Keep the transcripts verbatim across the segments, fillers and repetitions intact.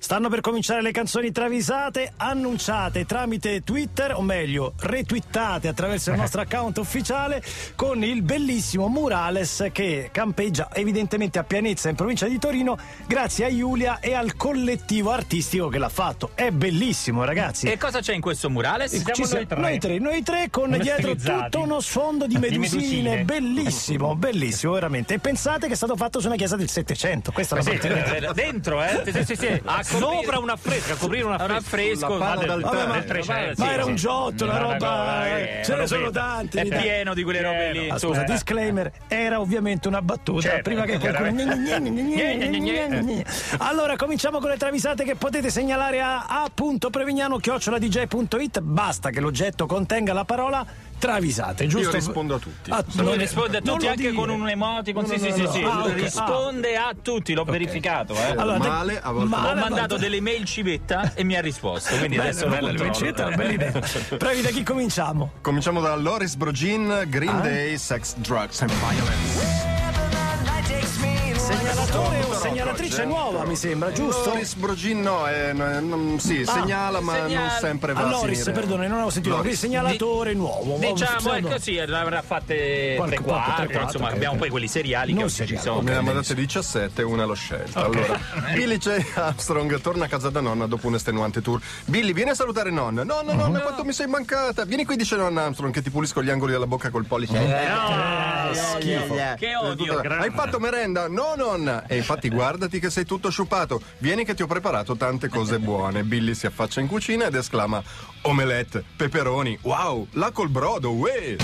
Stanno per cominciare le canzoni travisate, annunciate tramite Twitter, o meglio, retweetate attraverso il nostro account ufficiale, con il bellissimo murales che campeggia evidentemente a Pianezza, in provincia di Torino, grazie a Giulia e al collettivo artistico che l'ha fatto. È bellissimo, ragazzi. E cosa c'è in questo murales? Ci Siamo siamo- noi tre. noi tre, noi tre con Come dietro stilizzati. tutto uno sfondo di medusine, medusine. bellissimo, bellissimo, veramente. E pensate che è stato fatto su una chiesa del Settecento, questa è la Sì, parte. Dentro, eh? Sì, sì, sì. A Sopra un affresco, a coprire un un affresco. affresco. La palla Vabbè, d'altare. Vabbè, ma- del trecento. Ma Sì, era sì. un giotto, una Una roba. roba, eh, eh, ce ne una sono roba. tanti. È dai. pieno di quelle robe lì. Ah, scusa, Eh. disclaimer, era ovviamente una battuta. Certo, prima che qualcuno. chiaramente. Allora, cominciamo con le travisate che potete segnalare a a.prevignano chiocciola d j punto it. Basta che l'oggetto contenga la parola travisate, giusto? Io rispondo a tutti. Ah, Lui non- risponde a non tutti lo anche dire. con un emoticon. No, Sì, no, sì, no, sì, no. sì. Ah, ok. Risponde a tutti, l'ho verificato. Eh. Allora, Male, a volte male, Ho mandato ma- delle mail civetta e mi ha risposto. Quindi Bella, adesso lo bella, controllo. Lucetta, bella idea. Previ, da chi cominciamo? Cominciamo da Loris Brogin, Green Ah. Day, Sex, Drugs and Violence. Segnalatore o Rock, segnalatrice eh? nuova, mi sembra, giusto? Loris Brogin no, è, non- sì, Ah, segnala ma segnala. non sempre va Ah, a Loris, finire. perdone, non avevo sentito. Loris. Quindi segnalatore nuovo. Diciamo, Pseudo- è così, ne avrà fatte Qualche- tre quattro, quattro, tre, quattro, insomma, ok, abbiamo ok. poi quelli seriali Non che oggi ci seriali, sono. ok. Ne ha mandate diciassette e una l'ho scelta. Allora, Billy J. Armstrong torna a casa da nonna dopo un estenuante tour. Billy, vieni a salutare nonna. Nonna, nonna, quanto mi sei mancata. Vieni qui, dice nonna Armstrong, che ti pulisco gli angoli della bocca col pollice. No, schifo. che odio. Hai fatto merenda? No, nonna. E infatti guardati che sei tutto sciupato. Vieni che ti ho preparato tante cose buone. Billy si affaccia in cucina ed esclama: omelette, peperoni, wow, là col brodo, uè.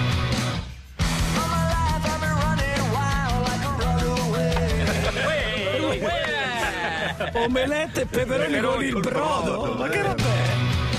Omelette e peperoni con il brodo. Ma che roba è?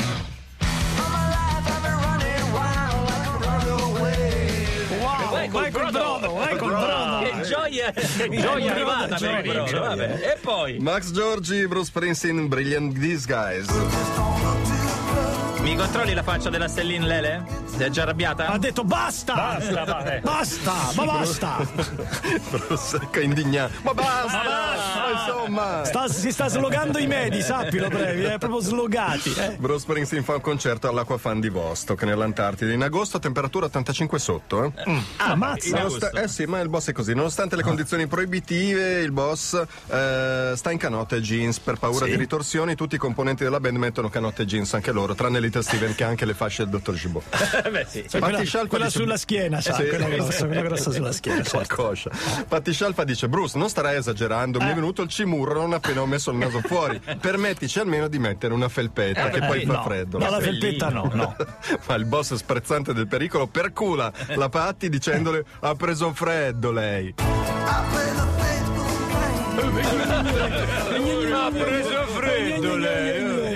Wow, Vai col vai col brodo. brodo, vai col brodo. Che gioia, che gioia arrivata per il brodo, vabbè. E poi Max Giorgi, Bruce Springsteen, Brilliant Disguise. mi controlli la faccia della Stellin Lele? Si è già arrabbiata? Ha detto basta! Basta, va, eh. Basta, ma basta! Bruce che indignato. Ma basta! Ma insomma! Sta- si sta slogando i medi, sappilo, Previ, eh, proprio slogati. Eh. Bruce Springsteen fa un concerto all'Aquafan di Vostok nell'Antartide in agosto, temperatura ottantacinque sotto. Eh? Ammazza! in Nonost- agosto. eh sì, ma il boss è così. Nonostante le condizioni proibitive, il boss eh, sta in canotte e jeans. Per paura Sì. di ritorsioni, tutti i componenti della band mettono canotte e jeans anche loro, tranne Little Steven che ha anche le fasce del dottor Gibault. Beh, sì. Cioè, quella, Patti Scialfa quella dice- sulla schiena, sa, sì. quella grossa, quella grossa sulla schiena. certo. Qualcosa. Patti Scialfa dice: Bruce, non starai esagerando, mi è venuto il cimurro non appena ho messo il naso fuori. Permettici almeno di mettere una felpetta, che poi fa No, freddo. no, la felpetta no, no. Ma il boss sprezzante del pericolo percula la Patti dicendole: ha preso freddo lei. Ha preso freddo lei.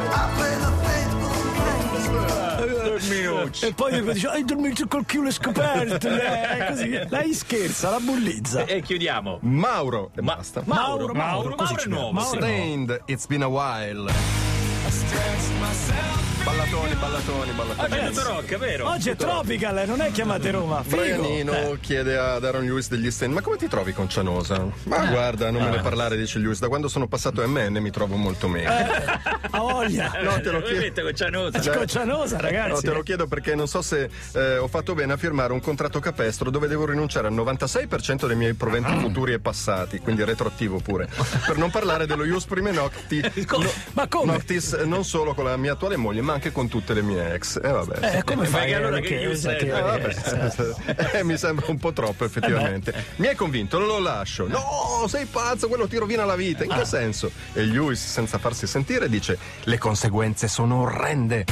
E poi mi dice, hai dormito col culo scoperto, eh, così. Lei scherza, la bullizza. E chiudiamo. Mauro. E Ma- basta. Mauro, Mauro, Mauro, così Mauro è ci nuovo. Mauro. Stained, it's been a while. Ballatoni, ballatoni, ballatoni. Oggi è tutto rock, vero? Oggi è Tropical, eh, non è chiamate Roma. Figo. Brianino chiede ad Aaron Lewis degli Stain: ma come ti trovi con Cianosa? Ma guarda, non me ne parlare, dice Lewis. Da quando sono passato a M N mi trovo molto meglio. Ha voglia. No, te lo chiedo. Vedete con Cianosa. Scoccianosa, ragazzi. No, te lo chiedo perché non so se eh, ho fatto bene a firmare un contratto capestro dove devo rinunciare al novantasei per cento dei miei proventi futuri e passati, quindi retroattivo pure. Per non parlare dello Ius Prime Nocti, no- Ma come? Noctis non solo con la mia attuale moglie, ma anche con tutte le mie ex. E eh, vabbè. Eh, come fai? Perché allora eh, che Ius è? che- Eh, vabbè, eh, mi sembra un po' troppo effettivamente. Mi hai convinto, non lo lascio. No, sei pazzo, quello ti rovina la vita. In che senso? E Lewis, senza farsi sentire, dice: le conseguenze sono orrende.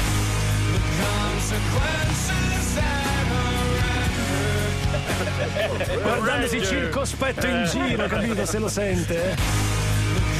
Guardandosi circospetto in giro, capito? Se lo sente. eh.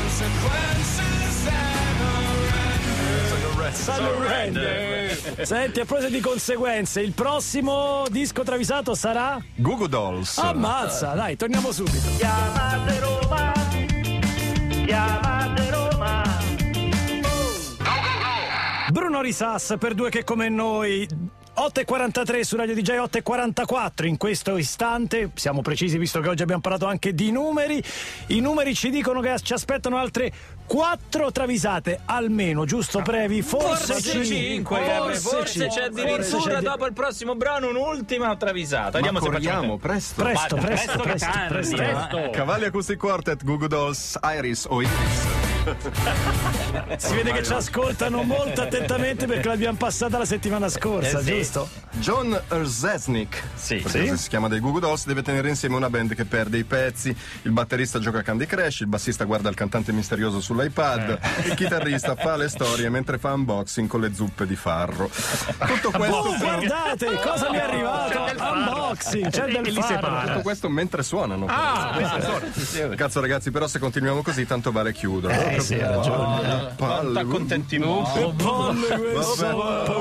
Surrender. Senti, a proposito di conseguenze, il prossimo disco travisato sarà? Goo Goo Dolls. Ammazza, dai, torniamo subito. Chiamate Roma, chiamate Roma. Bruno Risas per due che come noi. otto e quarantatré su Radio D J, otto e quarantaquattro in questo istante, siamo precisi visto che oggi abbiamo parlato anche di numeri. I numeri ci dicono che ci aspettano altre quattro travisate almeno, giusto Previ? Forse, Forse cinque, forse, forse c'è addirittura dopo il prossimo brano un'ultima travisata. Vediamo se facciamo presto. Presto, presto, Presto, presto, presto, presto. presto. Cavalli Acoustic Quartet, Goo Goo Dolls, Iris o Iris. Si vede che ci ascoltano molto attentamente perché l'abbiamo passata la settimana scorsa, Eh sì. giusto? John Rzeznik, Sì. perché Sì. così si chiama dei Goo Goo Dolls, deve tenere insieme una band che perde i pezzi. Il batterista gioca a Candy Crush, il bassista guarda il cantante misterioso sull'iPad, il chitarrista fa le storie mentre fa unboxing con le zuppe di farro. Tutto questo, Oh, guardate cosa mi è arrivato! Unboxing, c'è del li farro. separa. tutto questo mentre suonano. Ah, Cazzo ragazzi, però se continuiamo così tanto vale chiudere. Eh, sì, hai ragione. Ah, palle. Non t'accontenti molto. Palle questo.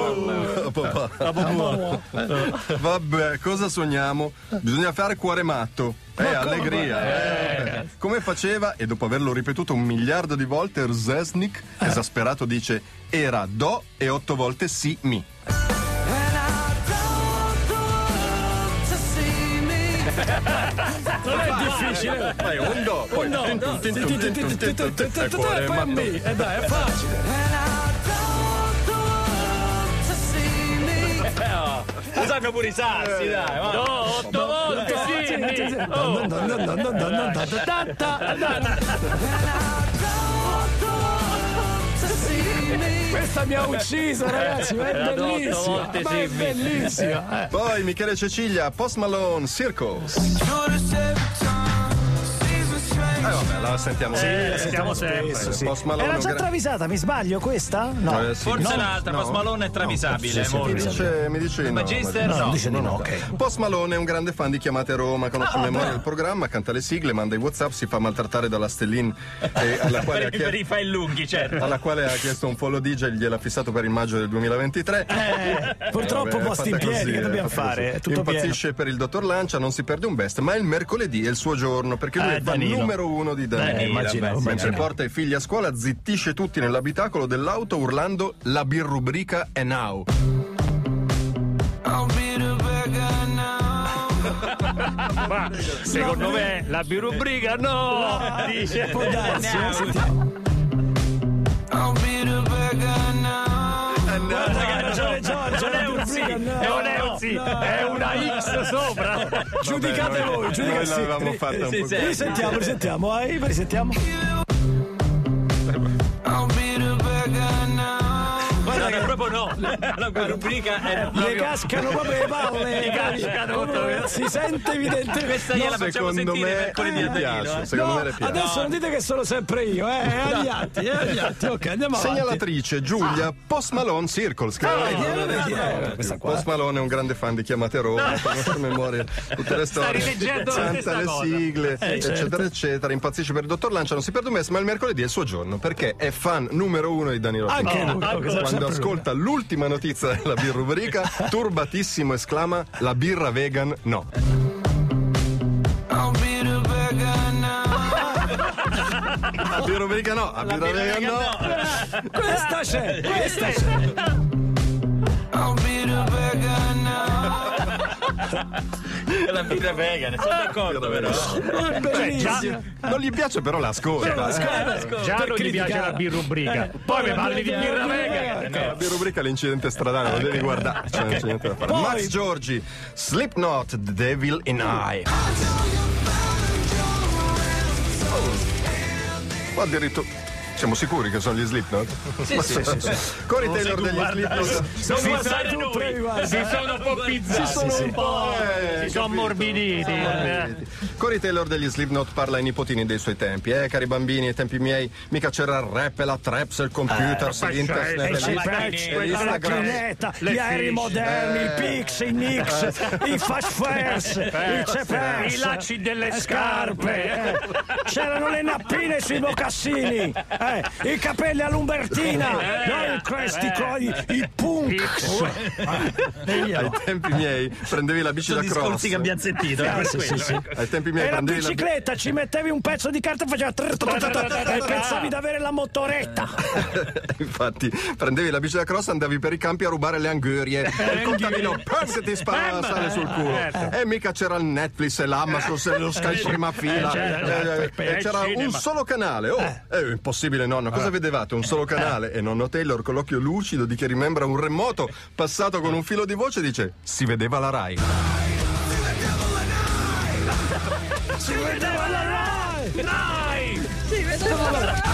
Vabbè. Vabbè, cosa sogniamo? Bisogna fare cuore matto. Eh, allegria. Eh. Come faceva, e dopo averlo ripetuto un miliardo di volte, Rzeznik, esasperato, dice: era do e otto volte sì mi. Non è difficile. Vai, un do, poi No, tin, no. tin, tin, tin, tin, tin, tin, tin, tin, e cuore Poi a matto. me. Eh dai, è facile. Lo sanno pure i sassi, dai. va. no, otto volte sì. Oh. Questa mi ha ucciso, ragazzi, ma è Era otto bellissima. volte Ma è sì. bellissima. eh. Poi Michele Cecilia, Post Malone, Circles. Eh vabbè, la sentiamo. Sì, la sentiamo sentiamo sempre. spesso, sì. Post Malone Era è un già gra- travisata, mi sbaglio questa? No. Eh, sì. Forse No, l'altra, no. Post Malone è travisabile. sì, sì, molto. Mi dice, mi dice di no. Magister No, no. dice di no, ok. Post Malone è un grande fan di Chiamate Roma, conosce a memoria il programma, canta le sigle, manda i WhatsApp, si fa maltrattare dalla Stellin eh, alla, quale ha Per, per chie- i file lunghi, certo. alla quale ha chiesto un follow D J, gliel'ha fissato per il maggio del duemilaventitré. Eh, purtroppo Vabbè, posti in fatta piedi, così, che eh, dobbiamo fatta fare? così. È tutto pieno. Impazzisce per il dottor Lancia, non si perde un best, ma il mercoledì è il suo giorno perché lui Eh, è il fan Danilo. numero uno di Danilo. Eh, immaginavo, Mentre immaginavo. porta i figli a scuola, zittisce tutti nell'abitacolo dell'auto urlando la birrubrica è now. Ma secondo me la birubrica no. Dice. Può darsi, eh, sentiamo. Guarda che ha ragione Giorgio, Non è un sì, non è un sì, è una X sopra. Giudicate Vabbè, voi, noi giudicate l'avevamo sì. fatta un sì, po' sì. così. Risentiamo, risentiamo, vai, risentiamo. Guarda che proprio no. La rubrica è Le cascano proprio le palle. Ti cascano Proprio si sente evidentemente. Questa gliela facciamo Secondo sentire me mercoledì le a Danilo, piace, eh. secondo No, me le piace. adesso non dite che sono sempre io, eh, è agli atti, è agli atti. Ok, andiamo avanti. Segnalatrice Giulia Post Malone Circles. Che eh, questa qua. Post Malone è un grande fan di Chiamate Roma, conosce a memoria tutte le storie, rileggendo la canta stessa le cosa. sigle, Eh, eccetera, certo. eccetera. Impazzisce per il dottor Lancia, non si perde un mese, ma il mercoledì è il suo giorno perché è fan numero uno di Danilo Anche Fincani. lui, anche cosa Quando sempre lui. ascolta l'ultima notizia della birrubrica, turbatissimo esclama: la birra vegan no. La birrubrica no, la birra vegan no. Questa c'è, questa c'è. La birra vegan, sono d'accordo però. È bellissima. Non gli piace però l'ascolta. Però eh. ascolta, Già per non gli piace criticare. la birrubrica. Poi mi parli di birra vegan. La rubrica l'incidente stradale, lo devi guardare, cioè, non c'è niente da fare. Poi- Max Giorgi, Slipknot, The Devil in Eye. Ma addirittura siamo sicuri che sono gli Slipknot? Sì, sì, sì, sì. Corey Taylor degli Slipknot. Non Si guardare sa tu, Previ, noi. guarda. Si sono un po' pizzati. sono un po', eh, Si sono capito. ammorbiditi. eh. Corey Taylor degli Slipknot parla ai nipotini dei suoi tempi. Eh, cari bambini, ai tempi miei mica c'era il rap e la traps, il computer, ma l'internet, E Le c'è macchine, patch, le la Instagram. macchinetta, le gli aerei fish, moderni, i Pix, i Nix, i Fast Fairs, i Cepers, I lacci delle le scarpe. eh. C'erano le nappine sui mocassini. eh, i capelli all'Umbertina, no, i cresti, i, i punks. Ai tempi miei prendevi la bici Sono da cross. discorsi che abbiamo sentito. Eh, sì, sì, sì. Ai tempi miei E la prendevi bicicletta, la... ci mettevi un pezzo di carta e faceva e pensavi di avere la motoretta. Infatti, prendevi la bici da cross, andavi per i campi a rubare le angherie. Il contadino pazzo ti spara sale sul culo. E mica c'era il Netflix e l'Amazon e lo Sky prima fila. Eh, eh, c'era un solo canale. Oh, è impossibile, nonno. Cosa vedevate? Un solo canale. E nonno Taylor, con l'occhio lucido di chi rimembra un remoto passato con un filo di voce, dice: si vedeva la Rai. Si vedeva la Rai! Dai! Si vedeva la Rai!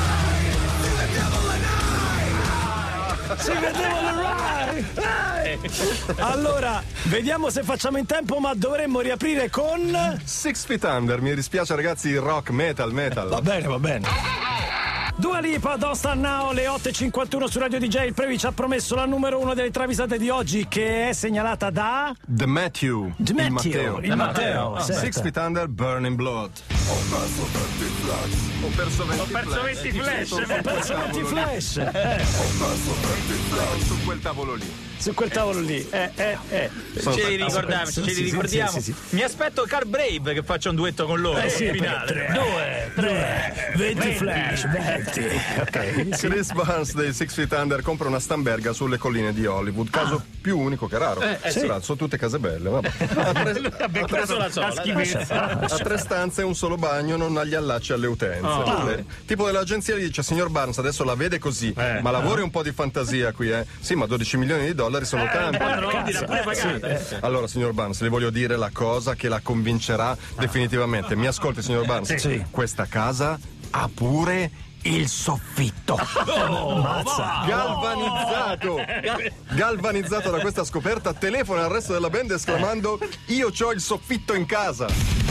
Si vedeva la Rai! Allora, vediamo se facciamo in tempo, ma dovremmo riaprire con Six Feet Under. Mi dispiace, ragazzi, rock, metal, metal. Va bene, va bene. Dua Lipa, Don't Start Now, le otto e cinquantuno su Radio D J. Il Previ ci ha promesso la numero uno delle travisate di oggi, che è segnalata da The Matthew. The il Matteo, Matteo. il Matteo. Oh, certo. Six Feet Under, Burning Blood. Ho perso venti flash. Ho perso venti Ho perso venti flash. Ho perso venti flash. Eh, Ho perso venti flash su quel tavolo lì. su quel tavolo lì. Eh, eh, eh. Sono Ce li stato- ricordiamo, sì, ce li sì, ricordiamo. sì, sì, sì. Mi aspetto Car Brave che faccia un duetto con loro. Eh sì, in finale. tre, due, tre, venti flash, venti. Ok. sì. Chris Barnes dei Six Feet Under compra una stamberga sulle colline di Hollywood, caso più unico che raro. Eh, eh, Sì, sì. là, sono tutte case belle. Vabbè. Ha tre, Ha preso la sola. schifezza. ha tre stanze e un solo bagno, non ha gli allacci alle utenze. Le- tipo dell'agenzia gli dice: signor Barnes, adesso la vede così, ma lavori un po' di fantasia qui, eh? Sì, ma dodici milioni di dollari sono tanti. L'ha pure pagata. Allora, signor Barnes, le voglio dire la cosa che la convincerà definitivamente. Mi ascolti, signor Barnes? Sì. Questa casa ha pure il soffitto. Mazza. Galvanizzato. Galvanizzato da questa scoperta, telefona al resto della band esclamando: io c'ho il soffitto in casa.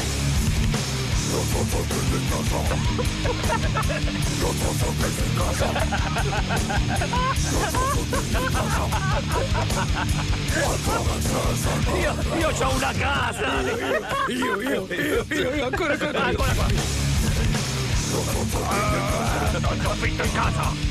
Io, io c'ho una casa! Io, io, io, io, io, ancora, ancora, Ancora qua! Ho il soffitto in casa!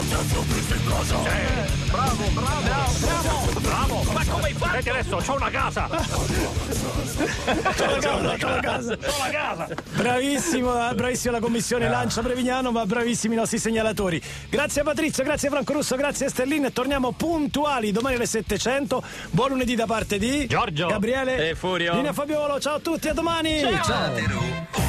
Bravo, bravo, bravo, bravo! Ma come hai fatto? Senti adesso, c'ho una casa! C'ho la casa, c'ho la casa. C'ho una casa! Bravissimo, bravissima la commissione Lancia Prevignano, ma bravissimi i nostri segnalatori. Grazie a Patrizio, grazie a Franco Russo, grazie a Sterlin. Torniamo puntuali domani alle settecento. Buon lunedì da parte di Giorgio Gabriele e Furio. Linea Fabiolo. Ciao a tutti, a domani. Ciao.